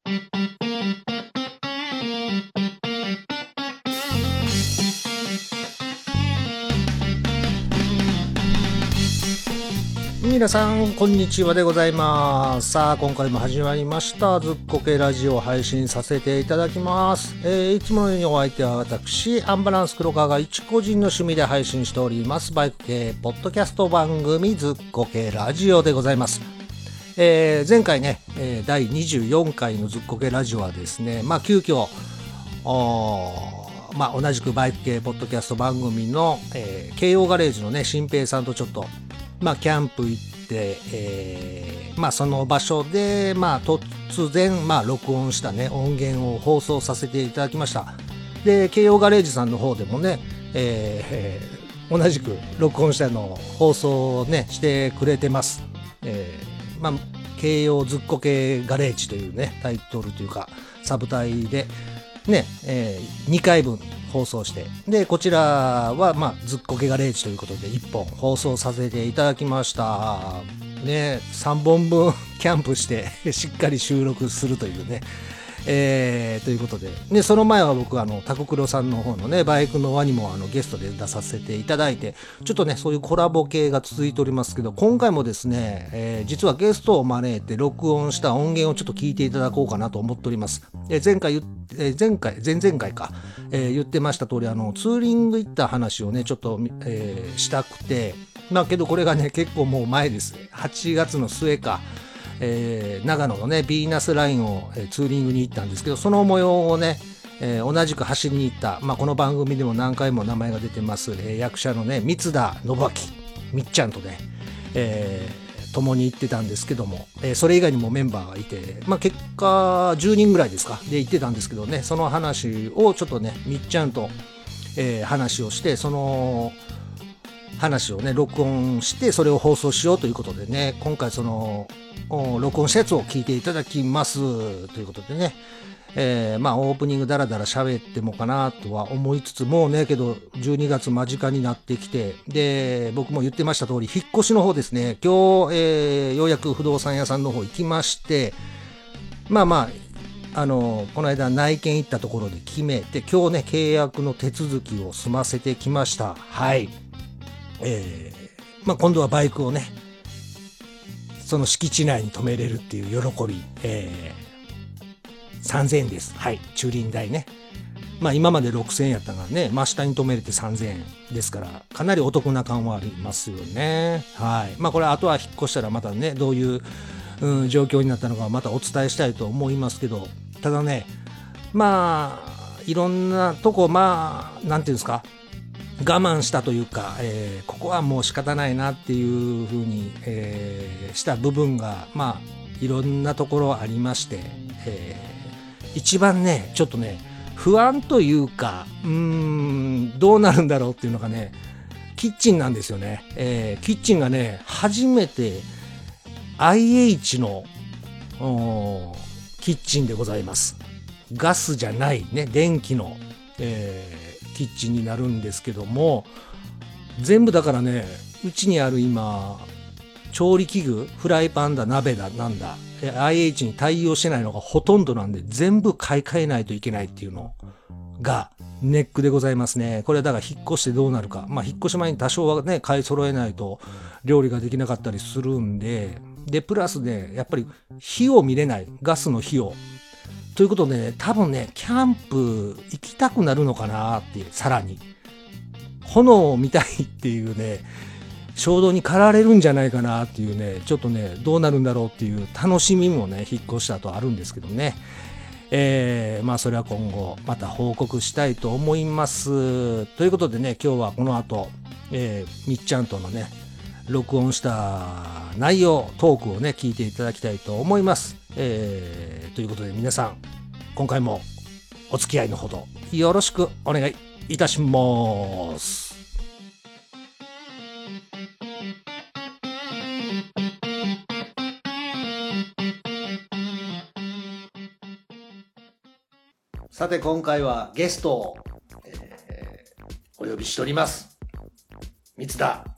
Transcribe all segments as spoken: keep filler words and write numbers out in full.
皆さんこんにちはでございます。さあ今回も始まりましたずっこけラジオを配信させていただきます。えー、いつものようにお相手は私アンバランス黒川が一個人の趣味で配信しておりますバイク系ポッドキャスト番組ずっこけラジオでございます。えー、前回ね、えー、だいにじゅうよんかいのずっこけラジオはですね、まあ急遽まあ同じくバイク系ポッドキャスト番組の、えー、京王ガレージのね新平さんとちょっとまあキャンプ行って、えー、まあその場所でまあ突然まあ録音したね音源を放送させていただきました。で京王ガレージさんの方でもね、えー、同じく録音したのを放送ねしてくれてます。えー、まあ京王ずっこけガレージというねタイトルというかサブタイでね、えー、にかいぶん放送して、でこちらはまあずっこけガレージということでいっぽん放送させていただきましたね。さんぼんぶんキャンプしてしっかり収録するというね、えー、ということで、ね、その前は僕あのタコクロさんの方のねバイクの輪にもあのゲストで出させていただいてちょっとねそういうコラボ系が続いておりますけど、今回もですね、えー、実はゲストを招いて録音した音源をちょっと聞いていただこうかなと思っております。えー、前回言っえー、前回前々回か、えー、言ってました通りあのツーリング行った話をねちょっと、えー、したくて、まあけどこれがね結構もう前ですね。はちがつの末か、えー、長野のねビーナスラインを、えー、ツーリングに行ったんですけど、その模様をね、えー、同じく走りに行った、まあ、この番組でも何回も名前が出てます、えー、役者のね三田信明みっちゃんとね、えー共に行ってたんですけども、えー、それ以外にもメンバーがいて、まあ、結果じゅうにんぐらいですかで行ってたんですけどね、その話をちょっとねみっちゃんと、えー、話をして、その話をね録音してそれを放送しようということでね、今回その録音したやつを聞いていただきますということでね、えー、まあオープニングだらだら喋ってもかなとは思いつつもね、けどじゅうにがつ間近になってきて、で僕も言ってました通り引っ越しの方ですね、今日、えー、ようやく不動産屋さんの方行きまして、まあまああのこの間内見行ったところで決めて今日ね契約の手続きを済ませてきました。はい、えー、まあ今度はバイクをねその敷地内に止めれるっていう喜び、えーさんぜんえんです。はい、駐輪代ね。まあ今までろくせんえんやったからね、真下に止めれてさんぜんえんですから、かなりお得な感はありますよね。はい。まあこれあとは引っ越したらまたね、どういう、うん、状況になったのかまたお伝えしたいと思いますけど、ただね、まあいろんなとこ、まあなんていうんですか、我慢したというか、えー、ここはもう仕方ないなっていうふうに、えー、した部分がまあいろんなところありまして、えー一番ねちょっとね不安というか、うーんどうなるんだろうっていうのがねキッチンなんですよね。えー、キッチンがね初めて アイエイチ のキッチンでございます。ガスじゃないね電気の、えー、キッチンになるんですけども、全部だからねうちにある今調理器具フライパンだ鍋だなんだアイエイチ に対応してないのがほとんどなんで、全部買い替えないといけないっていうのがネックでございますね。これはだから引っ越してどうなるか、まあ引っ越し前に多少はね買い揃えないと料理ができなかったりするんで、でプラスでやっぱり火を見れない、ガスの火をということでね、多分ねキャンプ行きたくなるのかなって、さらに炎を見たいっていうね衝動に駆られるんじゃないかなっていうね、ちょっとねどうなるんだろうっていう楽しみもね引っ越した後あるんですけどね、えー、まあそれは今後また報告したいと思います。ということでね、今日はこの後、えー、みっちゃんとのね録音した内容トークをね聞いていただきたいと思います。えー、ということで皆さん今回もお付き合いのほどよろしくお願いいたします。さて今回はゲストを、えー、お呼びしております。三田信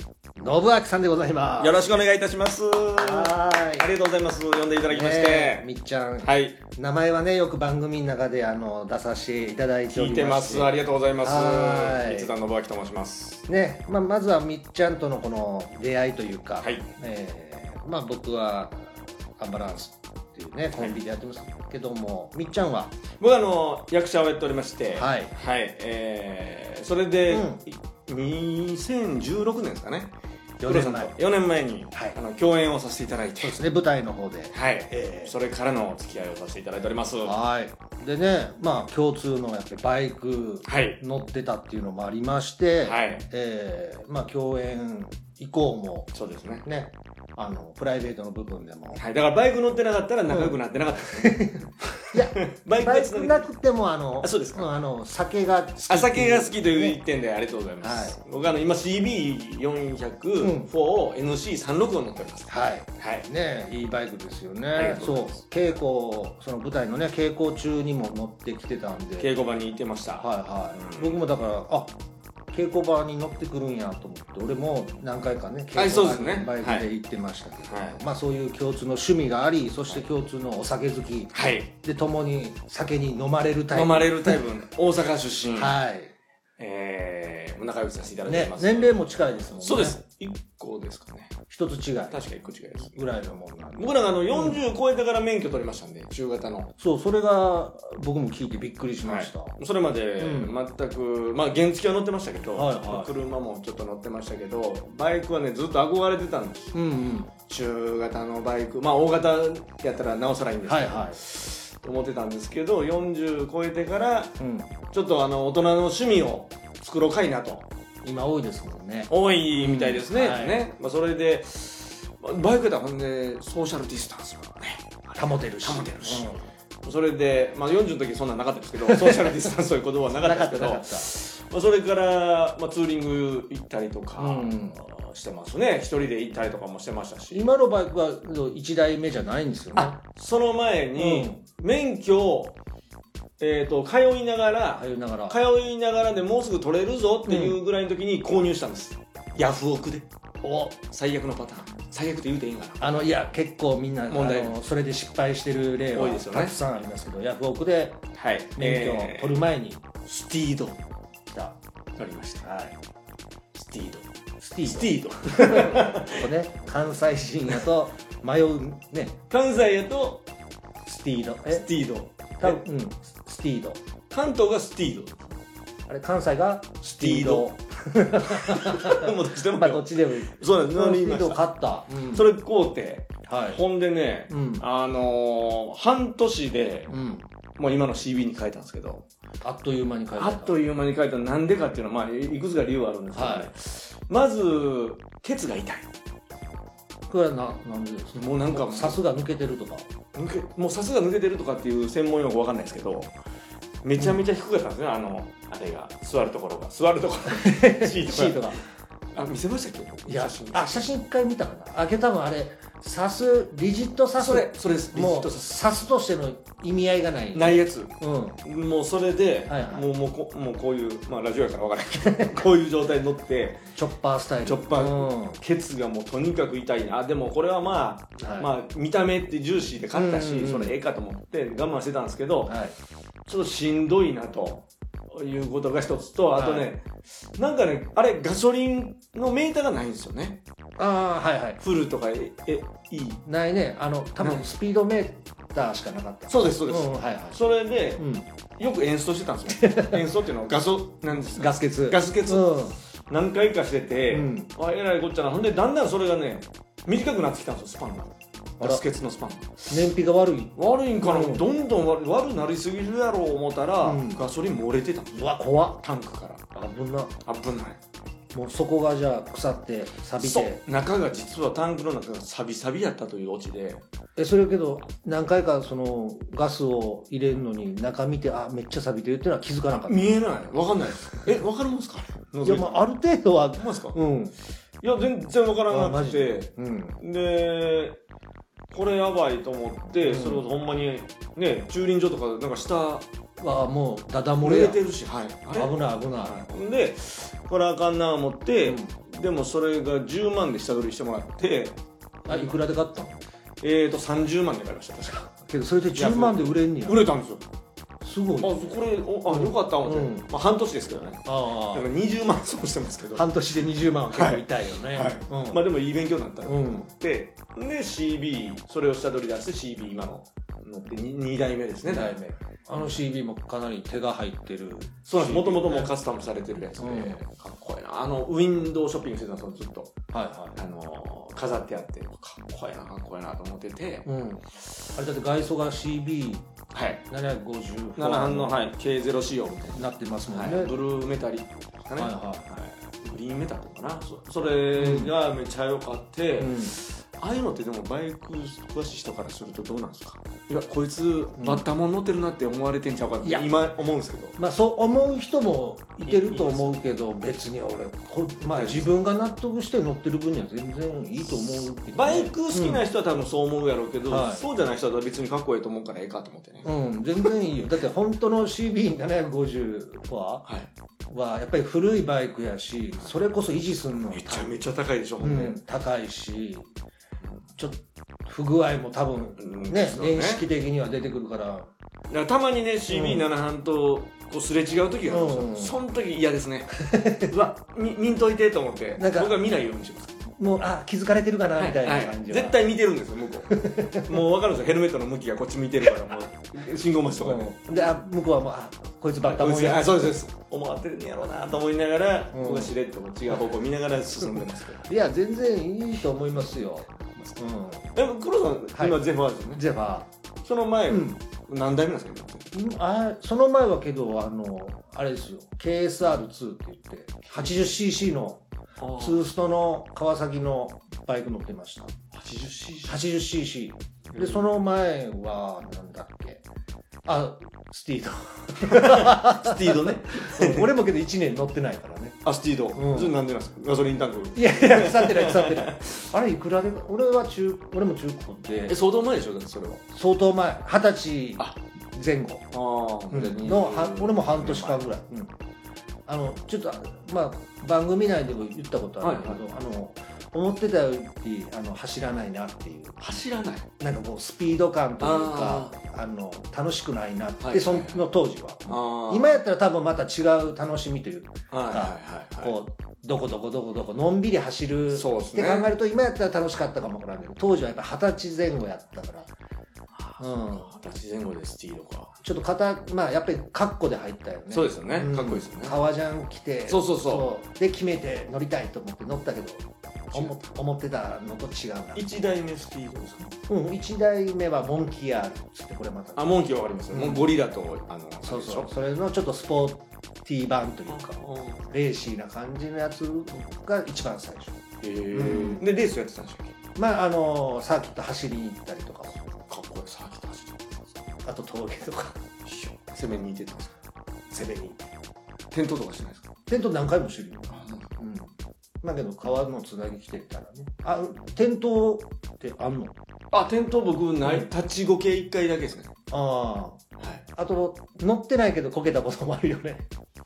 信明さんでございます。 よろしくお願いいたします。 はーい。 ありがとうございます。呼んでいただきまして。 ね、みっちゃん。 はい。 名前はね、よく番組の中であの出させていただいておりまして。 聞いてます。ありがとうございます。 はい。 三段信明と申します。 ね、まあ、まずはみっちゃんとのこの出会いというか、 はい。 えー、まあ僕はアンバランスっていうね、コンビでやってますけども、はい、みっちゃんは僕はあの、役者をやっておりまして、 はい。 はい。えー、それで、うん、にせんじゅうろくねんですかね。よねんまえよねんまえに、はい、あの共演をさせていただいて、 そうですね、舞台の方で、 はい、えー、それからの付き合いをさせていただいております。 はいでね、まあ共通のやっぱりバイク乗ってたっていうのもありまして、はい、えー、まあ共演以降もそうですねね、あのプライベートの部分でも、 はい、だからバイク乗ってなかったら仲良くなってなかった、うん、 いやバイクなくてもあのあそうですか、 あの酒が好きあ酒が好きという一点でありがとうございます、はい、僕あの今 シービーよんひゃくフォーエヌシーさんろく を乗っております。はい、 はい、ねいいバイクですよね。そう稽古その舞台のね稽古中にも乗ってきてたんで稽古場に行ってました。 はいはい、うん、僕もだからあ稽古場に乗ってくるんやと思って俺も何回かね稽古場にバイクで行ってましたけど、はいはい、まあそういう共通の趣味がありそして共通のお酒好き、はい、で共に酒に飲まれるタイプ飲まれるタイプ大阪出身はいえー、仲良くさせていただいてます、 ね、年齢も近いですもんね。 そうですいっこですかね一つ違い確かいっこ違いですぐらいのもんなんで僕らがあのよんじゅう超えてから免許取りましたんで、うん、中型のそうそれが僕も聞いてびっくりしました、はい、 それまで全く、うん、まあ原付は乗ってましたけど、はいはい、車もちょっと乗ってましたけどバイクはねずっと憧れてたんです、うんうん、中型のバイクまあ大型やったらなおさらいいんですけど、はいはいと思ってたんですけどよんじゅう超えてから、うん、ちょっとあの大人の趣味を作ろうかいなと今多いですもんね多いみたいですね、うんはいねまあ、それでバイクだとほんでソーシャルディスタンスもね保てるし保てるし、うん、それで、まあ、よんじゅうの時そんなんなかったですけどソーシャルディスタンスという言葉はなかったですけどまあ、それから、まあ、ツーリング行ったりとか、うんしてますね。一人で行ったりとかもしてましたし今のバイクはいちだいめじゃないんですよね。あその前に、うん、免許を、えー、と通いながら通いながら通いながらでもうすぐ取れるぞっていうぐらいの時に購入したんです、うん、ヤフオクでお最悪のパターン最悪って言うていいんかなあのいや結構みんな問題あのそれで失敗してる例は多いですよ、ね、たくさんありますけどヤフオクで免許を取る前に、えー、スティードが取りました、はい、スティードスティード。スティード。ね、関西人やと迷うね。 関西やとスティード。 スティード。 多分、うん、スティード。 関東がスティード。 あれ関西がスティード。もうどっちでも。 まあどっちでもいい。 そうなんです。 スティード買った。 うん、それ買うて、はい、ほんでね、うん、あのー、半年で、うん、もう今の シービー に変えたんですけど。 あっという間に変えた。 あっという間に変えたなんでかっていうのは、まあいくつか理由はあるんですけどね。はいまずケツが痛い。 これはななんでですか。 もうなんかサスが抜けてるとか。 抜けもうサスが抜けてるとかっていう専門用語わかんないですけど、めちゃめちゃ低かったんですね、うん、あのあれが座るところが座るところシートが。シートがあ見せましたっけ？ いや写真あ写真一回見たかな。あけど多分あれサスリジットサスそれそれです。 もうサスとしての意味合いがないないやつ。うん。もうそれで、はいはい、もうもうこもうこういうまあラジオやからわからないけどこういう状態に乗ってチョッパースタイル。 チョッパー、うん、ケツがもうとにかく痛いな。でもこれはまあ、はい、まあ見た目って重視で買ったし、うんうんうん、それええかと思って我慢してたんですけど、はい、ちょっとしんどいなと。いうことが一つとあとね、はい、なんかねあれガソリンのメーターがないんですよね。 ああはいはいフルとかええいいないねあの多分スピードメーターしかなかった。 そうですそうです、うんはいはい、それで、うん、よくエンストしてたんですよエンストっていうのはガソなんですガス欠ガス欠、うん、何回かしてて、うん、あえらいこっちゃな。ほんでだんだんそれがね短くなってきたんですよスパンが。ガス欠のスパン燃費が悪い悪いんかな、うん、どんどん悪悪なりすぎるやろう思ったら、うん、ガソリン漏れてたんです。 うわ怖っ。 タンクから危な危ない。 もうそこがじゃあ腐って錆びて中が実はタンクの中がサビサビやったというオチでえそれけど何回かそのガスを入れるのに中見てあめっちゃ錆びてるっていうのは気づかなかった。 見えない分かんないえ分かりますかいやまあある程度はどうですか。 うんいや全然分からなくて、うん、でこれやばいと思って、うん、それをほんまにね駐輪場とかなんか下はもうダダ漏れやてるし、はい、 あれ危ない危ない、 はい、でこれあかんな思って、うん、 でもそれがじゅうまんで下取りしてもらって。 あ、いくらで買ったの？ えーとさんじゅうまんで買いました確か。 けどそれでじゅうまんで売れんねや。 売れたんですよ。 すごい。 あ、これおあよかった思って、うん、まあ半年ですけどね。ああ。にじゅうまん損してますけど。 半年でにじゅうまんは結構痛いよね。はいはいうん、まあでもいい勉強になったなと思って、うん、で シービー それを下取り出して シービー 今の乗って 2, に代目ですね。に代目。 あの シービー もかなり手が入ってる。 そうなんです。もともともカスタムされてるやつで、うん、かっこいいな。あのウィンドウショッピングしてたんですよずっと。はいはい。あの飾ってあってかっこいいなかっこいいなと思ってて。うん。 あれだって外装が シービー。 はい、 ななひゃくごじゅうななはんの、はい、ケーゼロ 仕様みたいになってますもんね、 はい、ブルーメタリックですかね、はいはいはい、グリーンメタルかな そ, それがめっちゃ良かって、うん、ああいうのってでもバイク詳しい人からするとどうなんですか？いやこいつバッタモン乗ってるなって思われてんちゃうかって今思うんですけど、 まあそう思う人もいてると思うけど別に俺こ、まあ、自分が納得して乗ってる分には全然いいと思うけど、ね、 バイク好きな人は多分そう思うやろうけど、うんはい、そうじゃない人は別にかっこいいと思うからええかと思ってね。 うん全然いいよ。だって本当の シービーななひゃくごじゅう は、はい、はやっぱり古いバイクやしそれこそ維持するのめちゃめちゃ高いでしょ、うん、 高いしちょっと不具合も多分ね、うん、年式的には出てくるから、だからたまにね シービーなな 班とこうすれ違う時があるんですよ、うん、その時嫌ですねうわ見んといてと思って僕は見ないようにします。 もうあ気づかれてるかなみたいな感じは、はいはい、 絶対見てるんですよ向こうもう分かるんですよヘルメットの向きがこっち見てるからもう信号待ちとかね、 うん、であ向こうはもうあこいつバッタモンやあそうですそうです思われてるんやろうなと思いながら、うん、僕はしれっと違う方向見ながら進んでますけどいや全然いいと思いますよ。 うん、でも黒さん、はい、今ゼファーですよね。 ゼファーその前、うん、何代目なんですか今あその前はけどあのあれですよ ケーエスアールツー って言って はちじゅっシーシー のツーストの川崎のバイク乗ってました。 はちじゅっシーシー はちじゅっシーシー でその前はなんだっけあスティードスティードね俺もけどいちねん乗ってないからね。 あスティード、うん、それなんでなんですか？ガソリンタンクいやいや腐ってない腐ってないあれいくらで俺は中俺も中古でえ相当前でしょ？だってそれは相当前はたちぜん後あ、うん、のは俺も半年間ぐらい、うん、あのちょっとまあ番組内でも言ったことあるけど、はいはい、あの思ってたよりあの走らないなっていう走らないなんかもうスピード感というかあの楽しくないなって、はい、その当時は今やったら多分また違う楽しみというか、はいはいはいはい、こうどこどこどこどこのんびり走るって考えると今やったら楽しかったかもわからないけど当時はやっぱ二十歳前後やったからうん、二十歳前後でスティードかちょっと肩まあやっぱりカッコで入ったよね。 そうですよね、うん、かっこいいですよね。 革ジャン着てそうそうそうで決めて乗りたいと思って乗ったけど思, 思ってたのと違うな。 いち代目スティードですか？ うんいち代目はモンキー R っつってこれまたあモンキーわかりますよ、うん、ゴリラとあのそうそうそれのちょっとスポーティー版というかレーシーな感じのやつが一番最初。へえ、うん、でレースやってたんでしょうか？ まああのサーキット走りに行ったりとかかっこいいサーキット走りあと峠とか攻めに行ってたんですか？ 攻めにテントとかしないですか？ テント何回もしてるよ。うん。だけど川のつなぎ来てたらね。あ、テントってあんの？ あ、テント僕ない、立ちこけいっかいだけですね。 ああ。はい。あと乗ってないけどこけたこともあるよね。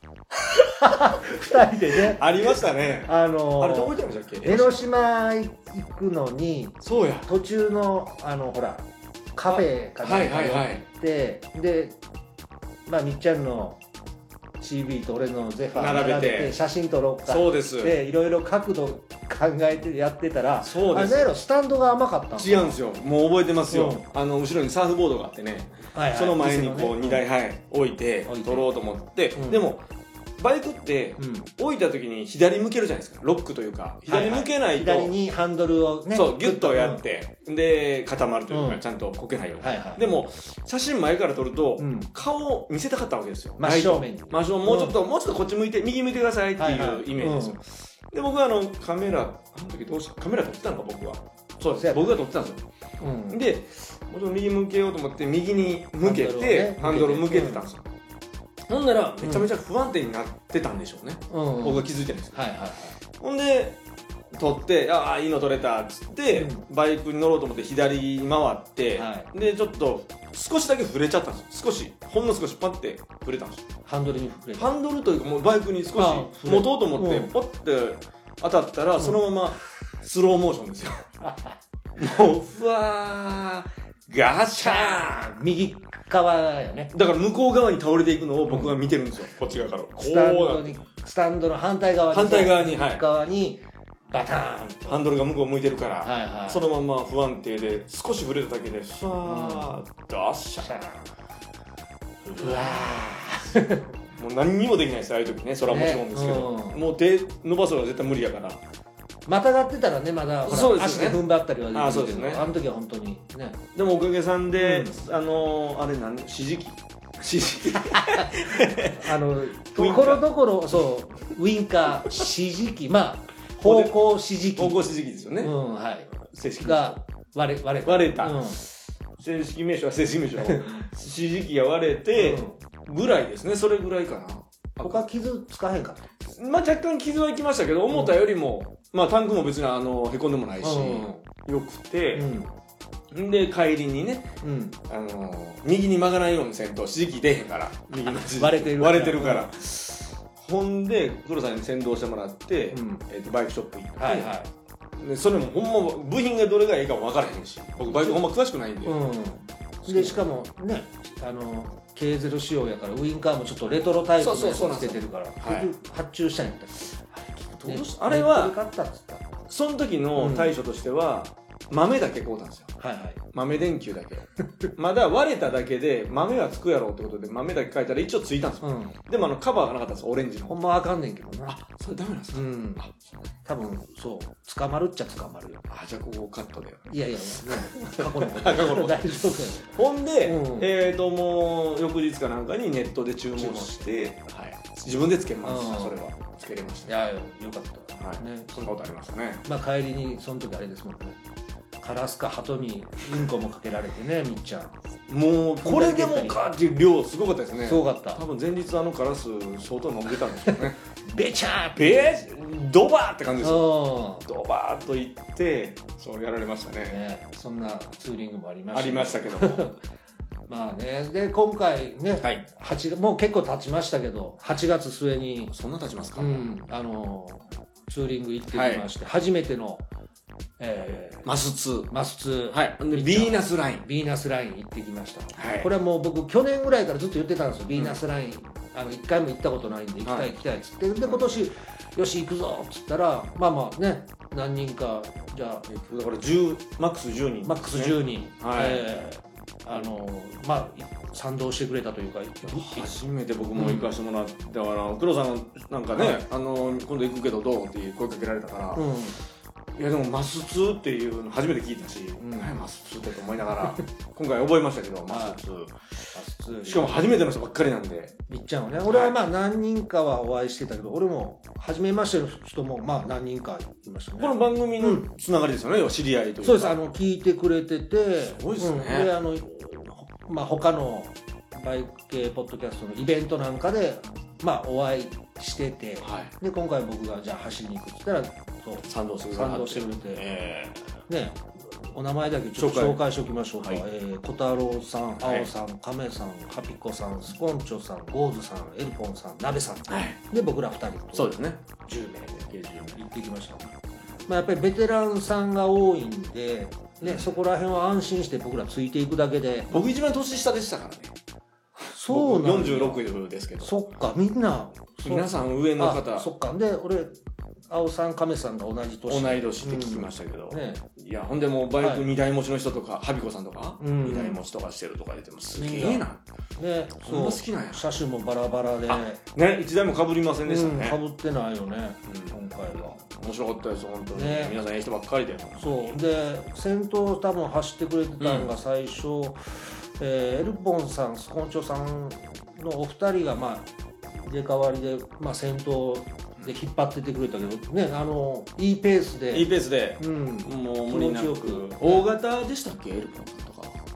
二人でね。 ありましたね。 あのー、 あれどこ行ったんでしたっけ？ 江ノ島行くのに、 そうや。 途中のあのほら。カフェかなんか行って、で、まあみっちゃんの シービー と俺のゼファー並べて写真撮ろうかそうですでいろいろ角度考えてやってたらそうですあれやろスタンドが甘かったん違うんですよ。もう覚えてますよ、うん、あの後ろにサーフボードがあってね、はいはい、その前にこうにだい、はい、置いて撮ろうと思って、うん、でもバイクって、うん、置いた時に左向けるじゃないですか。ロックというか左向けないと、 はいはい、左にハンドルをねそうギュッとやって、うん、で固まるというか、うん、ちゃんとこけないように、はいはい、でも写真前から撮ると、うん、顔を見せたかったわけですよ。 真正面に真正面もうちょっと、うん、もうちょっとこっち向いて右向いてくださいっていうイメージですよ、はいはいうん、で僕はあのカメラあの時どうしたカメラ撮ってたのか僕はそうです僕が撮ってたんですよ、うん、でもうちょっと右向けようと思って右に向けてハンドルを向けてたんですよ、うんほんならめちゃめちゃ不安定になってたんでしょうね、うんうん、僕が気づいてないんですよ、はいはいはい、ほんで撮ってああいいの撮れたっつって、うん、バイクに乗ろうと思って左に回って、はい、でちょっと少しだけ触れちゃったんですよ。少しほんの少しパッて触れたんですよ。 ハンドルに触れたハンドルというかもうバイクに少し持とうと思ってポッて当たったらそのままスローモーションですよもうふわーガシャーン右側やね。 だから向こう側に倒れていくのを僕が見てるんですよ、うん、こっち側からスタンドにスタンドの反対側に反対側に、 はい、側にバターンとハンドルが向こう向いてるから、はいはい、そのまま不安定で少し触れただけでふわーっとガシャーンうわーもう何にもできないです、ああいう時ね。それはもちろんですけど、ねうん、もう手伸ばすのは絶対無理やから。 またがってたらね、まだほらそうですね、 足で踏ん張ったりはできるけど、 あ、そうですね、 あの時は本当にね。 でもおかげさんで、うん、あのー、あれ何指示器指示器あのところどころそうウインカー指示器、まあ方向指示器方向指示器ですよね、 うんはい、 正式が割れ割れた割れた、うん、正式名称は正式名称指示器が割れて、ぐらいですね。それぐらいかな。 他傷つかへんかった。 まあ若干傷はいきましたけど、思ったよりも、うん、まあタンクも別にあのへこんでもないし、うん、よくて、うん、で帰りにね、うん、あの右に曲がらないようにせんと指示器出へんから、右の割れてる割れてるから、うん、ほんで黒さんに先導してもらって、うん、えー、とバイクショップ行って、はいはい、でそれもほんま部品がどれがいいかも分からへんし、僕バイクほんま詳しくないんで、 うん、でしかもね、あのケーゼロ 仕様やからウインカーもちょっとレトロタイプのやつをつけてるから、発注したんやったっけ、 あれはその時の対処としては、うん、豆だけ買うたんですよ、はいはい、豆電球だけまだ割れただけで豆はつくやろうってことで豆だけ書いたら一応ついたんですよ、うん、でもあのカバーがなかったんですよ、オレンジの。 ほんまはあかんねんけどな。 あ、それダメなんですか、うん、あ、 多分そう捕まるっちゃ捕まるよ。 あ、じゃあここカットで。 いやいや、過去のこと大丈夫や。 ほんで、うん、えっともう翌日かなんかにネットで注文して、はい、自分でつけました、それはつけれました。 いやいや、よかった、 はいね、そんなことありましたね。 まあ帰りにその時あれですもんね、カラスかハトにうんこもかけられてね、みっちゃん。 もうこれでもかっていう量すごかったですね。 すごかった。 多分前日あのカラス相当飲んでたんですよねベチャーベードバーって感じですよ。ドバーっといってそうやられました ね, ね。 そんなツーリングもありました、 ね、ありましたけどまあね、で今回ね、はい、はちもう結構経ちましたけど、はちがつ末にそんな経ちますか、 うん、あのツーリング行ってきまして、はい、初めてのえー、 マスツーマスツー、 はい、ビーナスラインビーナスライン行ってきました、はい、これはもう僕去年ぐらいからずっと言ってたんですよ、ビーナスライン、あのいっかいも行ったことないんで行きたい行きたいっつって、で今年よし行くぞっつったら、まあまあね、何人かじゃあだからじゅうマックスじゅうにん、 マックスじゅうにん、はい、えー、あのまあ賛同してくれたというか、 初めて僕も行かせてもらった、うん、だから黒さんなんかね、はい、あの今度行くけどどうって声かけられたから、うん、いやでもマスツーっていうの初めて聞いたし、うん、マスツーってと思いながら今回覚えましたけど、マスツー、マスツーしかも初めての人ばっかりなんで、 みっちゃんはね、俺はまあ何人かはお会いしてたけど、俺も初めましての人もまあ何人かいましたね。 この番組のつながりですよね、うん、知り合いというか。 そうです、あの聞いてくれてて、 すごいですね、 うん、であの、まあ、他のバイク系ポッドキャストのイベントなんかでまあお会いしてて、はい、で今回僕がじゃあ走りに行くって言ったらそう賛同してくれて、 賛同してくれて、えー、ね、お名前だけちょっと紹介しておきましょうか。はい、えー、小太郎さん、青さん、亀さん、ハピコさん、スコンチョさん、ゴーズさん、エルポンさん、鍋さん、はい、で僕らふたりとそうですね、 じゅうめいで計じゅうめい行ってきました。まあ、やっぱりベテランさんが多いんで、ね、そこら辺は安心して僕らついていくだけで。 僕一番年下でしたからね。 そうなんだ。 よんじゅうろくですけど。 そっか、みんな皆さん上の方。 そっか。で俺青さん亀さんが同じ年同い年って聞きましたけど、うんね、いやほんでもうバイクにだい持ちの人とか、はい、ハビコさんとか、うん、にだい持ちとかしてるとか言ってもすげえな、 ね、 そんな好きなんや。 車種もバラバラでね、いちだいも被りませんでしたね。 うん、被ってないよね、うん、今回は面白かったです本当に、ね、皆さんいい人ばっかりで。 そうで先頭多分走ってくれてたのが最初、うん、えー、エルポンさんスコンチョさんのお二人がまあ入れ替わりで、まあ、先頭で引っ張っててくれたけどね、あのいいペースでいいペースで、 うん、 もう無理なく大型でしたっけ、エルポンさんとか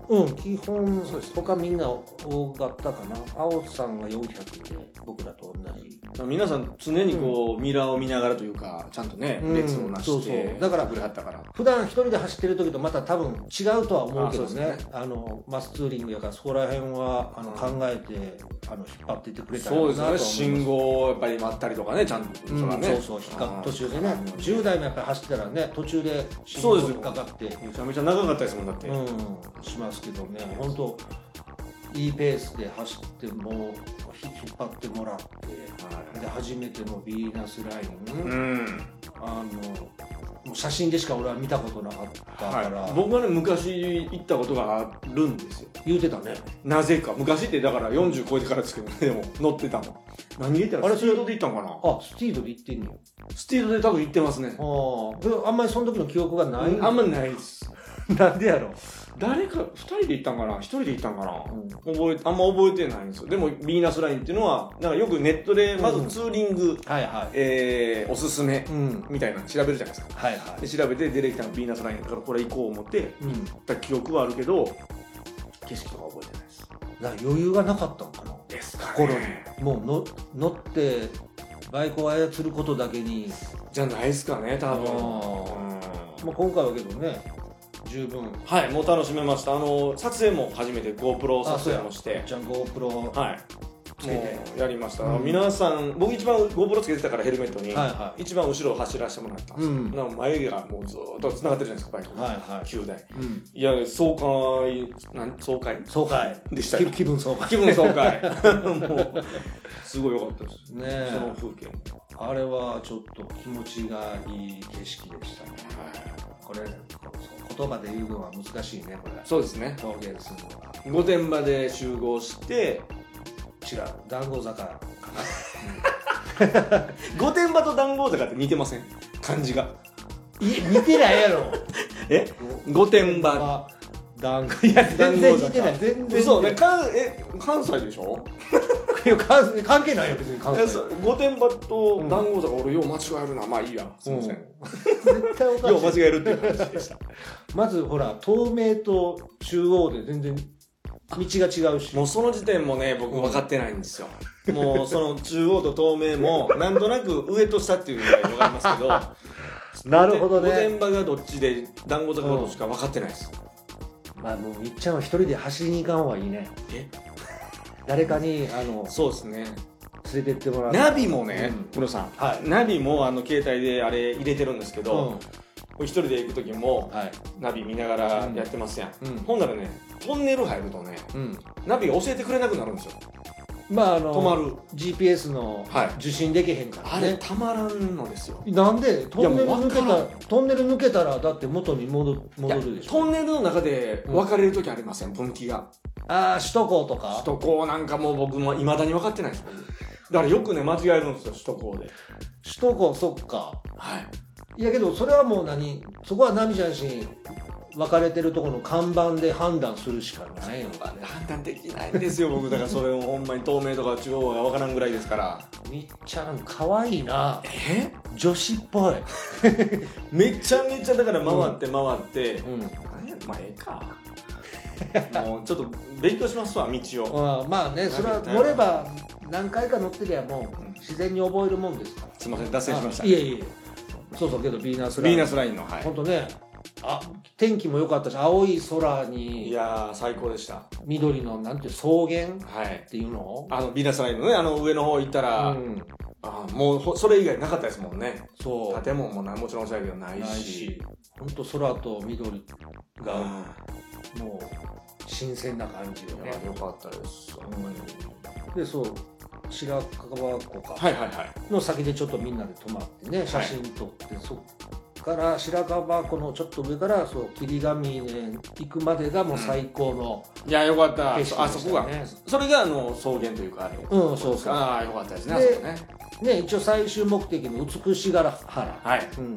うん基本そうです。他みんな大型かな。青さんがよんひゃくで僕らと同じ。 皆さん常にこう、うん、ミラーを見ながらというかちゃんとね、うん、列をなして、 そうそうだからくれはったから普段一人で走ってる時とまた多分違うとは思うけどね。あ, ねあのマスツーリングやからそこら辺はあの考えてあの引っ張っていってくれたらなと思います。 そうですね。信号をやっぱり待ったりとかねちゃんと、 うん、そ, ね、そうそう引っか途中でねじゅう代もやっぱり走ってたらね途中で信号引っかかってめちゃめちゃ長かったですもんだって、 うん、しますけどね本当いいペースで走っても引っ張ってもらって、はい、で初めてのヴィーナスライン、うん、あのもう写真でしか俺は見たことなかったから、 はい、僕はね昔行ったことがあるんですよ。 言うてたね。 なぜか昔ってだからよんじゅう超えてからですけどねでも乗ってたもん。何で行ったの？あれスピードで行ったんかな。 あスピードで行ってんの。 スピードで多分行ってますね。 ああんまりその時の記憶がない、 うん、あんまりないですなんでやろ。 誰かふたりで行ったんかなひとりで行ったんかな、うん、覚えあんま覚えてないんですよ。でもヴィーナスラインっていうのはなんかよくネットでまずツーリング、うんはいはいえー、おすすめ、うん、みたいな調べるじゃないですか、はいはい、で調べて出てきたのヴィーナスラインだからこれ行こう思って、うん、行った記憶はあるけど景色とか覚えてないです。 だから余裕がなかったのかなですかね。 心にもうの乗ってバイクを操ることだけにじゃないですかね多分。 まあ、今回はけどね十分はいもう楽しめました。あの撮影も初めて GoPro 撮影もしてじゃあ GoPro はいつけてやりました、うん、皆さん僕一番 GoPro つけてたからヘルメットに、はいはい、一番後ろを走らせてもらったんですよ、うん、なんか眉毛がもうずっとつながってるじゃないですかバイク、はいはい、きゅうだい、うん、いや爽快なん爽快爽快でしたよ。 気分爽快気分爽快もうすごい良かったですね。その風景あれはちょっと気持ちがいい景色でしたね、はい、これ言葉で言うのは難しいねこれ。 そうですね表現するのは。 御殿場で集合して違う談合坂かな御殿場と談合坂って似てません漢字が。 い似てないやろえ御殿場談合いや全然似てない全然そうね関え関西でしょいや関関係ないよ別に関西。 御殿場と談合坂、うん、俺よう間違えるな。まあいいやすいません、うん、 絶対おかしいよう間違えるっていう話でしたまずほら東名と中央で全然道が違うしもうその時点もね僕分かってないんですよ、うん、もうその中央と東名もなんとなく上と下っていうぐらい分かりますけどなるほどね。 御殿場がどっちで談合坂がどっちか分かってないです、 うん、まあもうみっちゃんは一人で走りに行かん方がいいね。え誰かにあのそうですね連れてってもらう。 ナビもねムロ、うん、さん、はい、ナビもあの携帯であれ入れてるんですけど、うん、一人で行く時も、はい、ナビ見ながらやってますやん、うん、ほんならねトンネル入るとね、うん、ナビが教えてくれなくなるんですよ。 まああの止まるジーピーエス の受信できへんから、ねはい、あれたまらんのですよ。 なんでトンネル抜けたトンネル抜けたらだって元に戻戻るでしょ。 トンネルの中で分かれる時ありません、分岐が。 ああ首都高とか首都高なんかもう僕もいまだに分かってないです。だからよくね間違えるんですよ首都高で。 首都高そっかはいいやけどそれはもう何そこはナビじゃんし分かれてるところの看板で判断するしかないのかね。 判断できないんですよ僕だからそれをほんまに東名とか中央が分からんぐらいですから。 みっちゃんかわいいな。え女子っぽいめちゃめちゃだから回って回って、うんうん、まあええかもうちょっと勉強しますわ道を。 あまあねそれは乗れば何回か乗ってりゃもう自然に覚えるもんですから。 すいません脱線しました。 いえいえそうそうけどヴィーナスラインヴィーナスラインのはい本当ねあ天気も良かったし青い空にいやー最高でした。 緑のなんていう草原っていうの、 はい、あのヴィーナスラインのねあの上の方行ったら、うん、あもうそれ以外なかったですもんね。そう建物もなもちろんそうやけどないし、ないし本当空と緑がもう新鮮な感じよね。 よかったです、 うん、でそう白川湖かはいはいはいの先でちょっとみんなで泊まってね写真撮って、はい、そっから白川湖のちょっと上からそう霧ヶ峰行くまでがもう最高の、 うん、いやよかった景色でしたね。あそこがそれがあの草原というかあれうんそうそうああよかったですね。であそこねね一応最終目的の美しが原はいうん、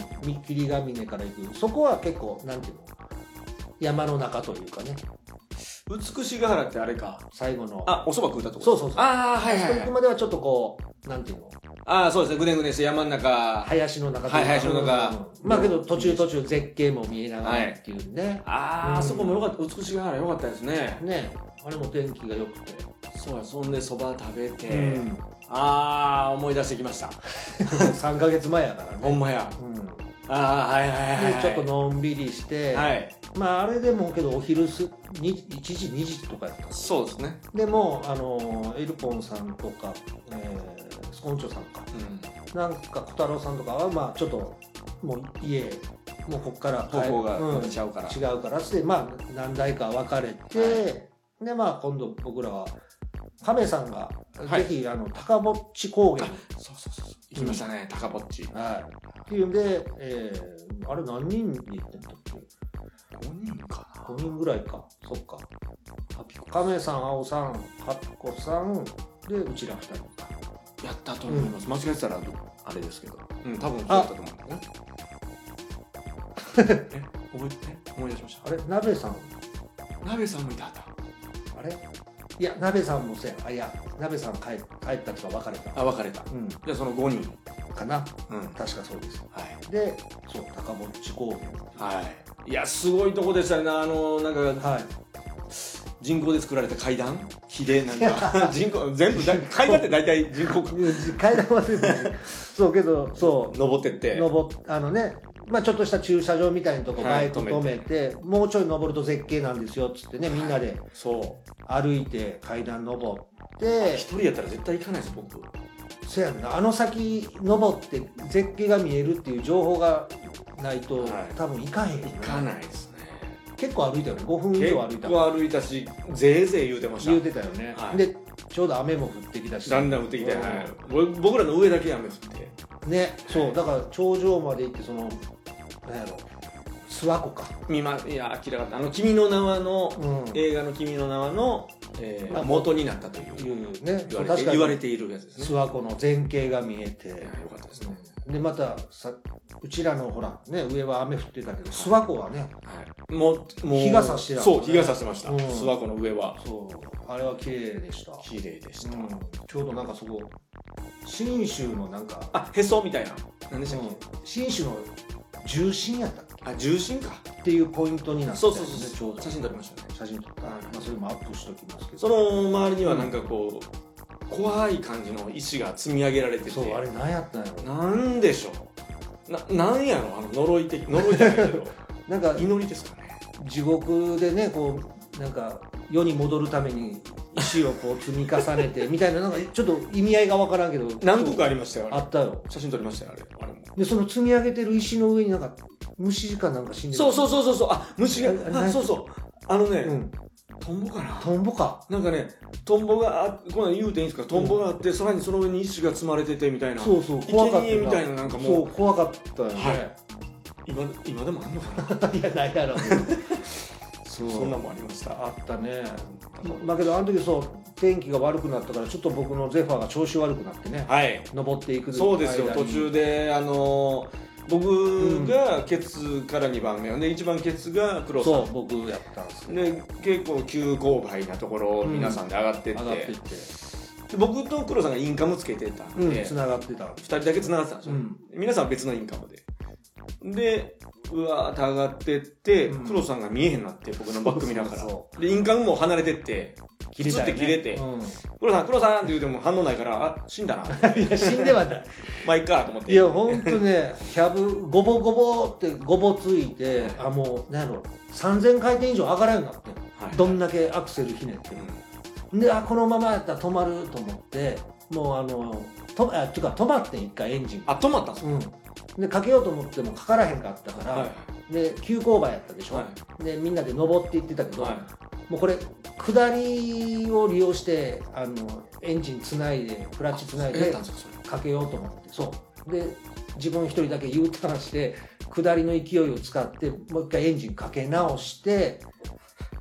霧ヶ峰から行くそこは結構なんていうの山の中というかね。 美しが原ってあれか最後のあお蕎麦食うたとこ。 そうそうそうああはいはい、はい、 そこまではちょっとこうなんていうのああそうですね、ぐねぐねして山の中、 林の中とか、 はい、林の中、 うん、まあけど途中途中絶景も見えながらっていうね、はい、 ああ、うん、そこもよかった、美しが原よかったですね。 ね、あれも天気が良くて、 そうや、そんでそば食べて、うん、ああ思い出してきました。 さんかげつまえやからね。 ほんまや。うん、ああはいはいはい、はい、 ちょっとのんびりして、はい、まああれでもけどお昼すいちじにじとかやった。 そうですね。 でもあのエルポンさんとか、えー、スコンチョさんか、うん、なんか小太郎さんとかはまあちょっともう家もうこっから方向が違うから、 うん、違うからってまあ何台か分かれて、はい、でまあ今度僕らは亀さんが、はい、ぜひあの高ぼっち高原、 そうそうそう行きましたね、うん、高ぼっち、 はい、っていうんで、えー、あれ何人に行ってんだっけ、 ごにんかな、 ごにんぐらいか、そっか、亀さん、青さん、ハピコさんでうちらふたりかやったと思います、うん、間違えてたらあれですけど、うん多分そうだったと思うんだよね。え、覚えて思い出しました。 あれ鍋さん鍋さんもいたはた、 あれいや鍋さんもせん、あいや鍋さん帰帰ったとか別れた、 あ別れた、うん、じゃあそのごにんかな、うん、確かそうです、はい、でそう高ぼっち高原、 はい、いやすごいとこでしたね、あのなんか、はい、人工で作られた階段木でなんか人工全部階段って大体人工階段は全部そうけどそう登ってって登あのね、まあ、ちょっとした駐車場みたいなとこバイク止めて、はい、もうちょい登ると絶景なんですよっつってね、みんなで歩いて階段登って一人やったら絶対行かないです僕。 そうやんな、あの先登って絶景が見えるっていう情報がないと、はい、多分行かへんよね。 行かないですね。 結構歩いたよね、ごふん以上歩いた。 結構歩いたし、ぜいぜい言うてました。 言うてたよね、はい、でちょうど雨も降ってきたし、 だんだん降ってきて、はい、僕らの上だけ雨降ってね、そうだから頂上まで行って、そのなんやろ諏訪湖か見ま、いや明らかったあの君の名はの、うん、映画の君の名はの、えーまあ、元になったという、ね、言われて、言われているやつですね。 諏訪湖の全景が見えて、よかったですね。 でまたさうちらのほらね、上は雨降ってたけど諏訪湖はね、 はい、もうもう日が差してた、 ね、そう日が差してました、うん、諏訪湖の上は。 そうあれは綺麗でした。 綺麗でした、うん、 ちょうどなんかそこ信州のなんかあへそみたいな、何でしたっけ、うん、 信州の重心やったっけ、 あ重心かっていうポイントになって、 そうそうそう、ちょうど写真撮りましたね。 写真撮った、まあ、それもアップしときますけど、 その周りにはなんかこう、うん、怖い感じの石が積み上げられてて、 そうあれ何やったんやろ、 なんでしょう、ななんやろ、あの呪い的呪いじゃないけどなんか祈りですかね。 地獄でねこうなんか世に戻るために石をこう積み重ねてみたいな、なんかちょっと意味合いがわからんけど何個かありましたよ。 あったよ、 写真撮りましたよあれ。あれもでその積み上げてる石の上になんか虫かなんか死んでる。 そうそうそうそうそう、あ虫があそうそうあのね、うん、トンボかな、 トンボかなんかね、トンボがあこんなん言うていいんですか、トンボがあって、うん、さらにその上に石が積まれててみたいな、 そうそう怖かったみたいな、なんかもうそう怖かったよね、はい、 今, 今でもあんのかないやないやろそうそんなもんありました。 あったね。だけどあの時そう天気が悪くなったからちょっと僕のゼファーが調子悪くなってね、はい、登っていく。 そうですよ、途中であの僕がケツからにばんめでいちばんケツが黒さん、 そう僕やったんですけどで結構急勾配なところを皆さんで上がってって、うん、上がっていってで僕と黒さんがインカムつけてたんで、 うん、繋がってたふたりだけ繋がってたんですよ、うん、皆さんは別のインカムででうわーって上がってって、うん、黒さんが見えへんなって、僕のバック見ながら、そうそうそう、でインカムも離れてって切れたよね、プツって切れて、うん、黒さん黒さんって言うても反応ないから、あ死んだないや死んではないまあいっかと思って、 いやほんとねキャブゴボゴボってゴボついて、あもう何やろさんぜんかいてん以上上がらんようになって、はい、どんだけアクセルひねっても、うん、であこのままやったら止まると思ってもうあのとあっていうか止まって一回エンジンあ止まったんですか、 うんでかけようと思ってもかからへんかったから、はい、で急勾配やったでしょ、はい、でみんなで登っていってたけど、はい、もうこれ下りを利用してあのエンジンつないでクラッチつないでかけようと思って、そうで自分一人だけ U ターンして下りの勢いを使ってもう一回エンジンかけ直して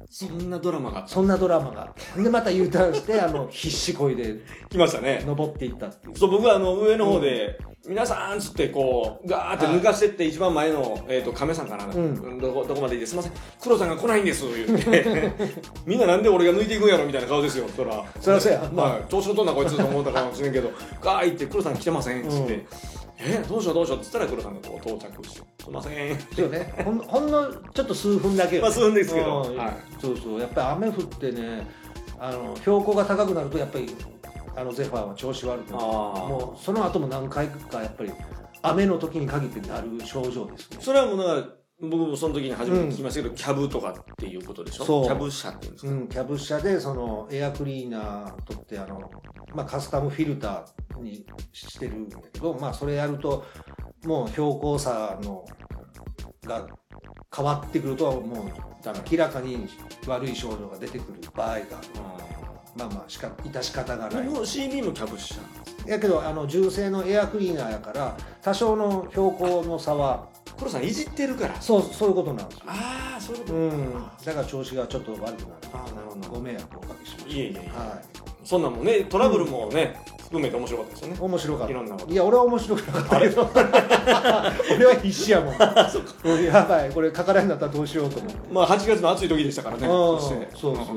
そんなドラマがあった。 そんなドラマが。で、また U ターンして、あの、必死こいで、 来ましたね。 登っていったっていう。 そう、僕はあの、上の方で、うん、皆さんつって、こう、ガーって抜かしてって、一番前の、えっと、亀さんかな、うん、どこ、どこまでいいです。すいません。黒さんが来ないんです、言って。みんななんで俺が抜いていくんやろみたいな顔ですよ、そら。 そらそうや。 まあ、調子のとんなこいつと思ったかもしれんけど、ガー行って、黒さん来てません、つって。うん、えどうしようどうしようって言ったら黒さんがこう到着して「すいません」 そうね、ほんほんのちょっと数分だけよ、ね、 まあ数分ですけど、 うん、はい、そうそうやっぱり雨降ってね、あの標高が高くなるとやっぱりあのゼファーは調子悪くなる。もうその後も何回かやっぱり雨の時に限ってなる症状ですね。 それはもうだから僕もその時に初めて聞きましたけど、うん、キャブとかっていうことでしょ。そうキャブ車っていうんですか、 うん、キャブ車でそのエアクリーナーとってあの、まあ、カスタムフィルターにしてるんだけど、まあ、それやるともう標高差のが変わってくるとはもう明らかに悪い症状が出てくる場合がある。まあまあしか致し方がない。 もう シービー もキャブ車やけどあの純正のエアクリーナーやから多少の標高の差は黒さんいじってるから。 そうそういうことなんですよ。 ああそういうこと。 うん。だから調子がちょっと悪くなる。 ああなるほど。 ご迷惑をおかけしました。 いえいえいえ。 はい。 そんなんもねトラブルもね、うん、含めて面白かったですよね。 面白かった。 いろんなこと。 いや俺は面白くなかったけど。俺は必死やもん。そうか。やばいこれかからんなったらどうしようと思って。 まあはちがつの暑い時でしたからね。 そうそうそう。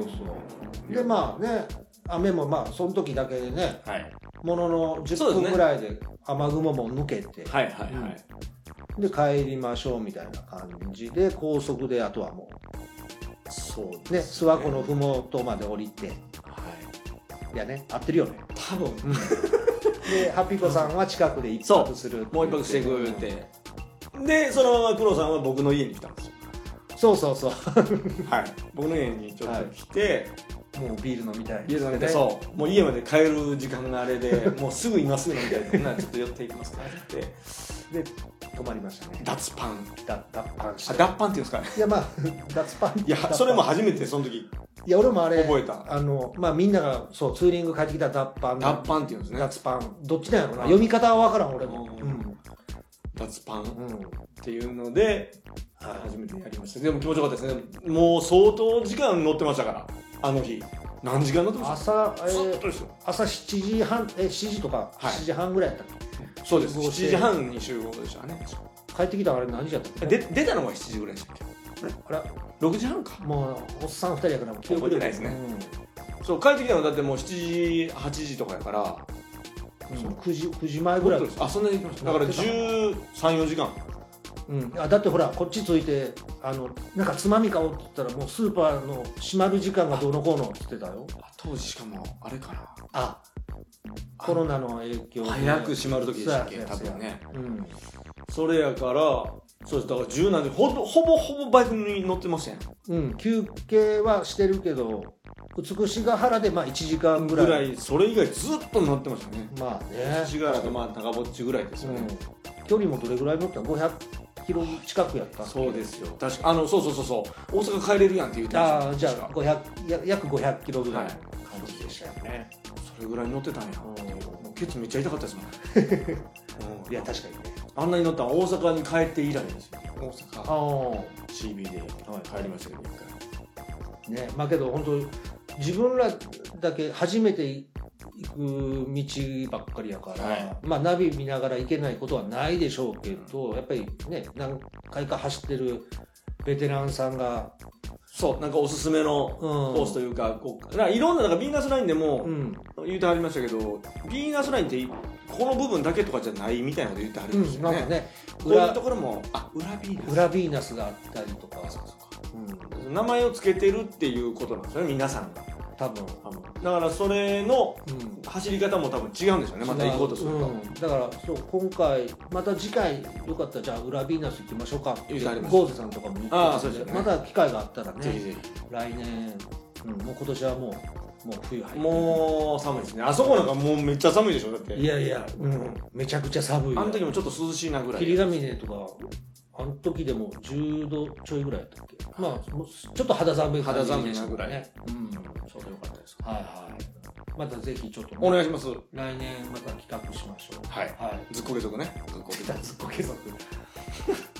でまあね雨もまあその時だけでね。はい。もののじゅっぷんぐらいで雨雲も抜けて。 はいはいはい。 で帰りましょうみたいな感じで高速であとはもうそうね諏訪湖のふもとまで降りて、はい、いやね合ってるよね多分、うん、 でハピコさんは近くで一泊するもう一泊してくれて、でそのまま黒さんは僕の家に来たんですよ。 そうそうそうはい僕の家にちょっと来て、 はい、もうビール飲みたい、 ビール飲みたい、そうもう家まで帰る時間があれでもうすぐ今すぐ飲みたいなちょっと寄っていきますかってで泊まりましたね。 脱パンだ脱パンしてあ脱パンっていうんですかね。 いやまあ脱パンいやそれも初めてその時いや俺もあれ覚えた。 あのまあみんながそうツーリング帰ってきた脱パン脱パンっていうんですね。 脱パンどっちなんやろな読み方は分からん俺も、うん、 脱パンっていうので、うん、初めてやりました。でも気持ちよかったですね。もう相当時間乗ってましたからあの日何時間乗ってました。 朝、えー、朝しちじはんえしちじとかしちじはんぐらいやったっけ。 そうですしちじはんに集合でしたね。 帰ってきたのあれ何時やったっけ。 で出たのがしちじぐらいでしたっけ。あれろくじはんか。 もうおっさんふたりやから記憶覚えてないですね、うん、そう帰ってきたのだってもうしちじはちじとかやから、 うん、くじくじまえぐらい。 あそんなに行きました。だからじゅうさん、よじかん、 うん、あだってほらこっち着いてあのなんかつまみ買おうって言ったらもうスーパーの閉まる時間がどうのこうのって言ってたよ。 当時しかもあれかなあコロナの影響で早く閉まる時でしたっけ多分ね、うん、それやからそうですだから十何時ほぼほぼほぼバイクに乗ってましたよ。 うん休憩はしてるけど美しが原でまあいちじかんぐらいぐらいそれ以外ずっと乗ってましたね。 まあねいちじが原とまあ高ぼっちぐらいですよね、 うん、距離もどれぐらい乗ったのごひゃくキロ近くやった。 そうですよ確かあのそうそうそうそう大阪帰れるやんって言ってました。 ああじゃあごひゃくや約ごひゃくキロぐらいの感じでしたよね、はい、 それぐらい乗ってたんやっていう。もうケツめっちゃ痛かったですもんうん、いや確かにねあんなに乗ったら大阪に帰って以来ですよ。大阪あシービー で帰りましたけど一回ね。まあけど本当自分らだけ初めて行く道ばっかりやから、はい、まあナビ見ながら行けないことはないでしょうけどやっぱりね何回か走ってるベテランさんがそうなんかおすすめのコースというか、うん、こういろんななんかビーナスラインでも言うてはりましたけど、うん、ビーナスラインってこの部分だけとかじゃないみたいなこと言ってはりましたよね、うん、なんかねこういうところもあ裏ビーナス裏ビーナスがあったりとかそうそうか、 うん、名前を付けてるっていうことなんですよね皆さんが多分だからそれの走り方も多分違うんでしょうね、うん、また行こうとすると、うん、 だからそう今回また次回よかったらじゃあ裏ビーナス行きましょうかってゴーゼさんとかも言ってたんで、ね、また機会があったらねぜひぜひ来年、うん、もう今年はもうもう冬入ってもう寒いですね。あそこなんかもうめっちゃ寒いでしょだって。 いやいや、うん、めちゃくちゃ寒い。 あの時もちょっと涼しいなぐらい。 霧ヶ峰とかあの時でもじゅうどちょいぐらいやったっけ。まあちょっと肌寒い肌寒いなぐらいね。 うん、 ちょうどよかったです。 はいはい。またぜひちょっと、ね、 お願いします。 来年また企画しましょう。 はい。はい。ずっこけ族ね。ずっこけ族。 ずっこけ族。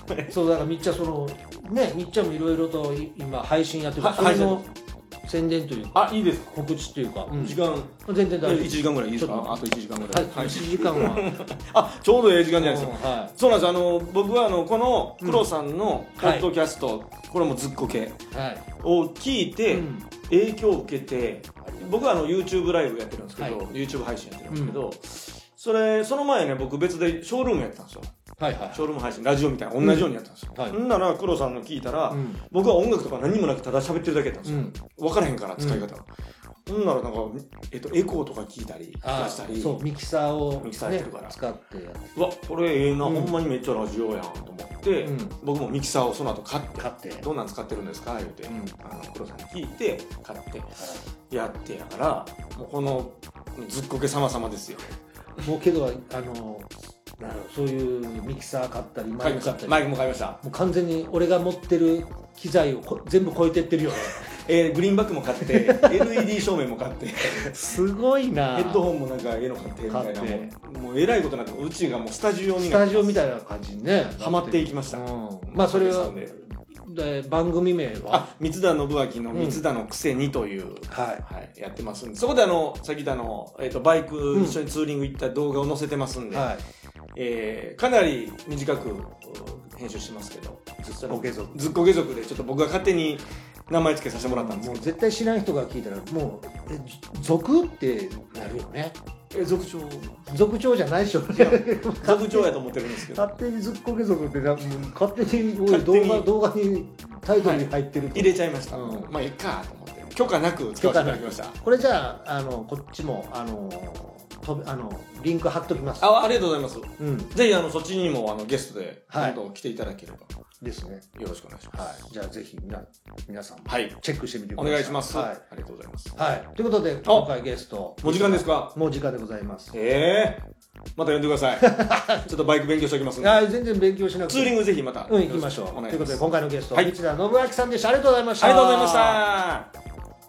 そうだからみっちゃんそのねみっちゃんもいろいろと今配信やってるからはそれの宣伝というかあいいですか告知というか、 うん、時間全然大丈夫いちじかんぐらいいいですかあといちじかんぐらいはい、いちじかんはあちょうどええ時間じゃないですか、 はい、 そうなんですあの僕はあのこの黒さんのポッドキャスト、うんはい、これもずっこけを聞いて、うん、影響を受けて僕はあの YouTube ライブやってるんですけど、はい、YouTube 配信やってるんですけど、うん、それその前ね僕別でショールームやってたんですよはいはい、ショールーム配信ラジオみたいな同じようにやったんですよ、うんはい、んなら黒さんの聞いたら、うん、僕は音楽とか何もなくただ喋ってるだけだったんですよ、うん、分からへんから使い方が、うん、んならなんか、えっと、エコーとか聞いたり出したりそうミキサーを、ね、 ミキサーやってるから使ってやってうわこれええな、うん、ほんまにめっちゃラジオやんと思って、うん、僕もミキサーをその後買って買ってどんなん使ってるんですか言うて、うん、あの黒さんに聞いて買ってやってやからもうこのずっこけ様々ですよもうけどあのなるほどそういうミキサー買ったりマイク買ったりマイクも買いましたもう完全に俺が持ってる機材をこ全部超えてってるよねえー、グリーンバックも買って エルイーディー 照明も買ってすごいなヘッドホンもなんかええの買ってみたいなもう、もうえらいことなんかうちがもうスタジオにスタジオみたいな感じにねハマっていきました、うん、 まあそれはで番組名はあ三田信明の三田のくせにという、うんはいはい、やってますんでそこであのさっき言ったの、えー、とバイク一緒にツーリング行った動画を載せてますんで、うんはいえー、かなり短く編集してますけどずっこけ族ずっこけ族でちょっと僕が勝手に名前付けさせてもらったんですけどもう絶対知らん人が聞いたらもうえ族ってなるよねえ族長族長じゃないでしょ族長やと思ってるんですけど勝手にずっこけ族ってな勝手に動画動画にタイトルに入ってると、 はい、入れちゃいました、うん、まあいいかと思って許可なく使わせていただきましたこれじゃあ、あのこっちもあのとあのリンク貼っときます。 あ、ありがとうございます。うん、ぜひあのそっちにもあのゲストで今度来ていただければ、はい、 ですね。 よろしくお願いします。 はい、じゃあぜひみな皆さんもはい、 チェックしてみてください。 お願いします。 はい、 ありがとうございます。 はい。ということで今回ゲストもう時間ですか？ もう時間でございます。 ええー、また呼んでください。ちょっとバイク勉強しておきますんで。 いや全然勉強しなくて。 ツーリングぜひまた。 うん、行きましょう。ということで今回のゲスト、 はい、 三田信明さんでした。ありがとうございました。 ありがとうございました。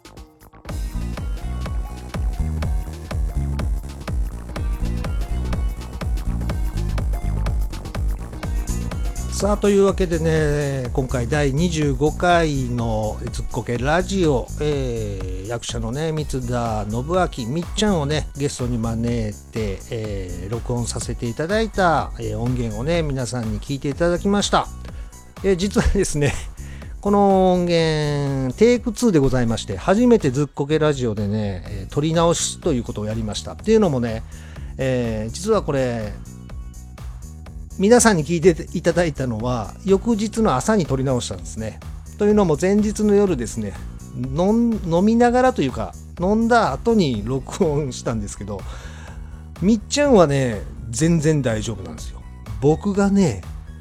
さあというわけでね今回だいにじゅうごかいのずっこけラジオ、えー、役者のね三田信明みっちゃんをねゲストに招いて、えー、録音させていただいた、えー、音源をね皆さんに聞いていただきました、えー、実はですねこの音源テイクツーでございまして初めてずっこけラジオでね、えー、撮り直しということをやりましたっていうのもね、えー、実はこれ皆さんに聞いていただいたのは翌日の朝に撮り直したんですね。というのも前日の夜ですね飲飲みながらというか飲んだ後に録音したんですけどみっちゃんはね全然大丈夫なんですよ。僕がね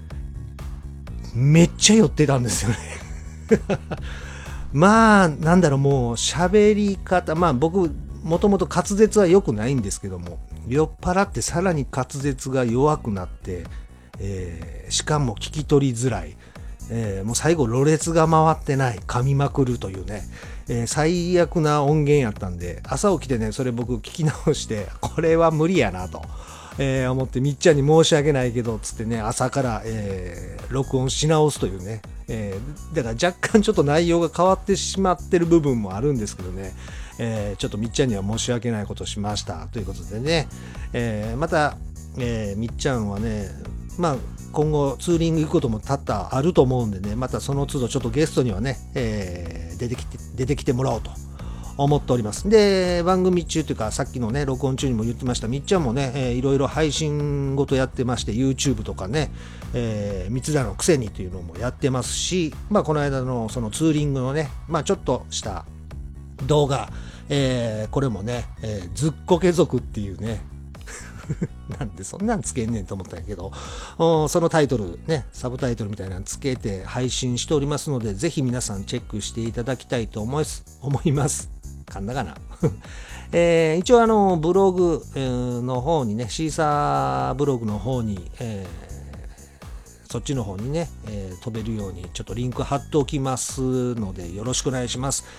めっちゃ酔ってたんですよねまあなんだろうもう喋り方まあ僕もともと滑舌は良くないんですけども酔っ払ってさらに滑舌が弱くなって、えー、しかも聞き取りづらい、えー、もう最後ろれつが回ってない噛みまくるというね、えー、最悪な音源やったんで朝起きてねそれ僕聞き直してこれは無理やなと、えー、思ってみっちゃんに申し訳ないけどつってね朝から、えー、録音し直すというね、えー、だから若干ちょっと内容が変わってしまってる部分もあるんですけどねえー、ちょっとみっちゃんには申し訳ないことをしましたということでね、えー、また、えー、みっちゃんはねまあ今後ツーリング行くことも多々あると思うんでねまたその都度ちょっとゲストにはね、えー、出てきて出てきてもらおうと思っております。で番組中というかさっきのね録音中にも言ってましたみっちゃんもね、えー、いろいろ配信ごとやってまして YouTube とかね、えー、三田のくせにというのもやってますしまあこの間のそのツーリングのねまあちょっとした動画、えー、これもね、えー、ずっこけ族っていうねなんでそんなんつけんねんと思ったんやけどそのタイトルねサブタイトルみたいなのつけて配信しておりますのでぜひ皆さんチェックしていただきたいと思います思います噛んだかな、えー、一応あのブログの方にねシーサーブログの方に、えー、そっちの方にね、えー、飛べるようにちょっとリンク貼っておきますのでよろしくお願いします。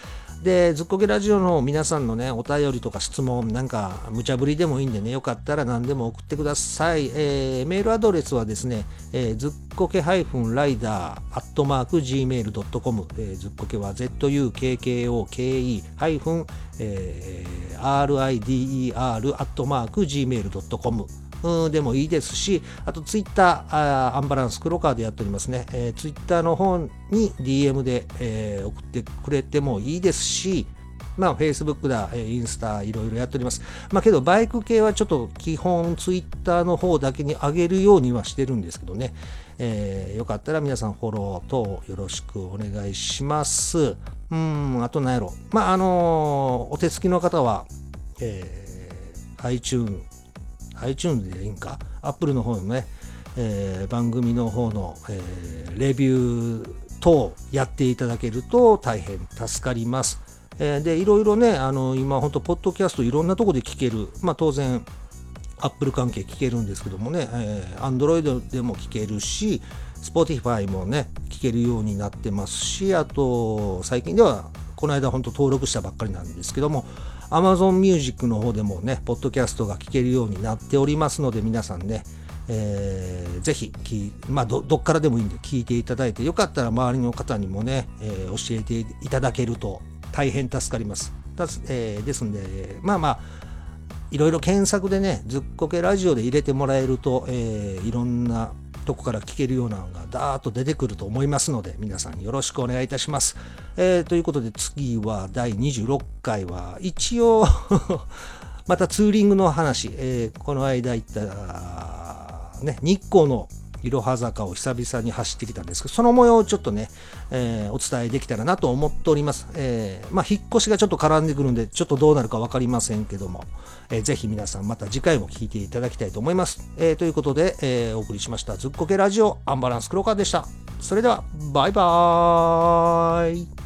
で、ずっこけラジオの皆さんのね、お便りとか質問、なんか無茶ぶりでもいいんでね、よかったら何でも送ってください。えー、メールアドレスはですね、えー、ずっこけライダーアットマーク ジーメールドットコム、えー、ずっこけは ゼットユーケーケーオーケーイー ハイフン アールアイディーイーアール アットマーク ジーメールドットコムでもいいですし、あとツイッター、アンバランス黒川でやっておりますね。えー、ツイッターの方に ディーエム で、えー、送ってくれてもいいですし、まあ、Facebook だ、インスタ、いろいろやっております。まあ、けど、バイク系はちょっと基本ツイッターの方だけに上げるようにはしてるんですけどね。えー、よかったら皆さんフォロー等よろしくお願いします。うん、あと何やろ。まあ、あのー、お手つきの方は、えー、iTunes、iTunes でいいんか Apple の方のね、えー、番組の方の、えー、レビュー等やっていただけると大変助かります。えー、でいろいろね、あの今本当ポッドキャストいろんなとこで聞ける、まあ当然 Apple 関係聞けるんですけどもね、えー、Android でも聞けるし Spotify もね聞けるようになってますし、あと最近ではこの間本当登録したばっかりなんですけどもAmazon Music の方でもね、ポッドキャストが聞けるようになっておりますので、皆さんね、えー、ぜひき、まあど、どっからでもいいんで聞いていただいて、よかったら周りの方にもね、えー、教えていただけると大変助かります。だえー、ですんで、まあまあ、いろいろ検索でね、ずっこけラジオで入れてもらえると、えー、いろんなとこから聞けるようなのがダーッと出てくると思いますので、皆さんよろしくお願いいたします。えー、ということで次はだいにじゅうろっかいは一応またツーリングの話、えー、この間行ったね日光のいろは坂を久々に走ってきたんですけど、その模様をちょっとね、えー、お伝えできたらなと思っております。えー、まあ引っ越しがちょっと絡んでくるんでちょっとどうなるか分かりませんけども、えー、ぜひ皆さんまた次回も聞いていただきたいと思います。えー、ということで、えー、お送りしましたずっこけラジオアンバランス黒川でした。それではバイバーイ。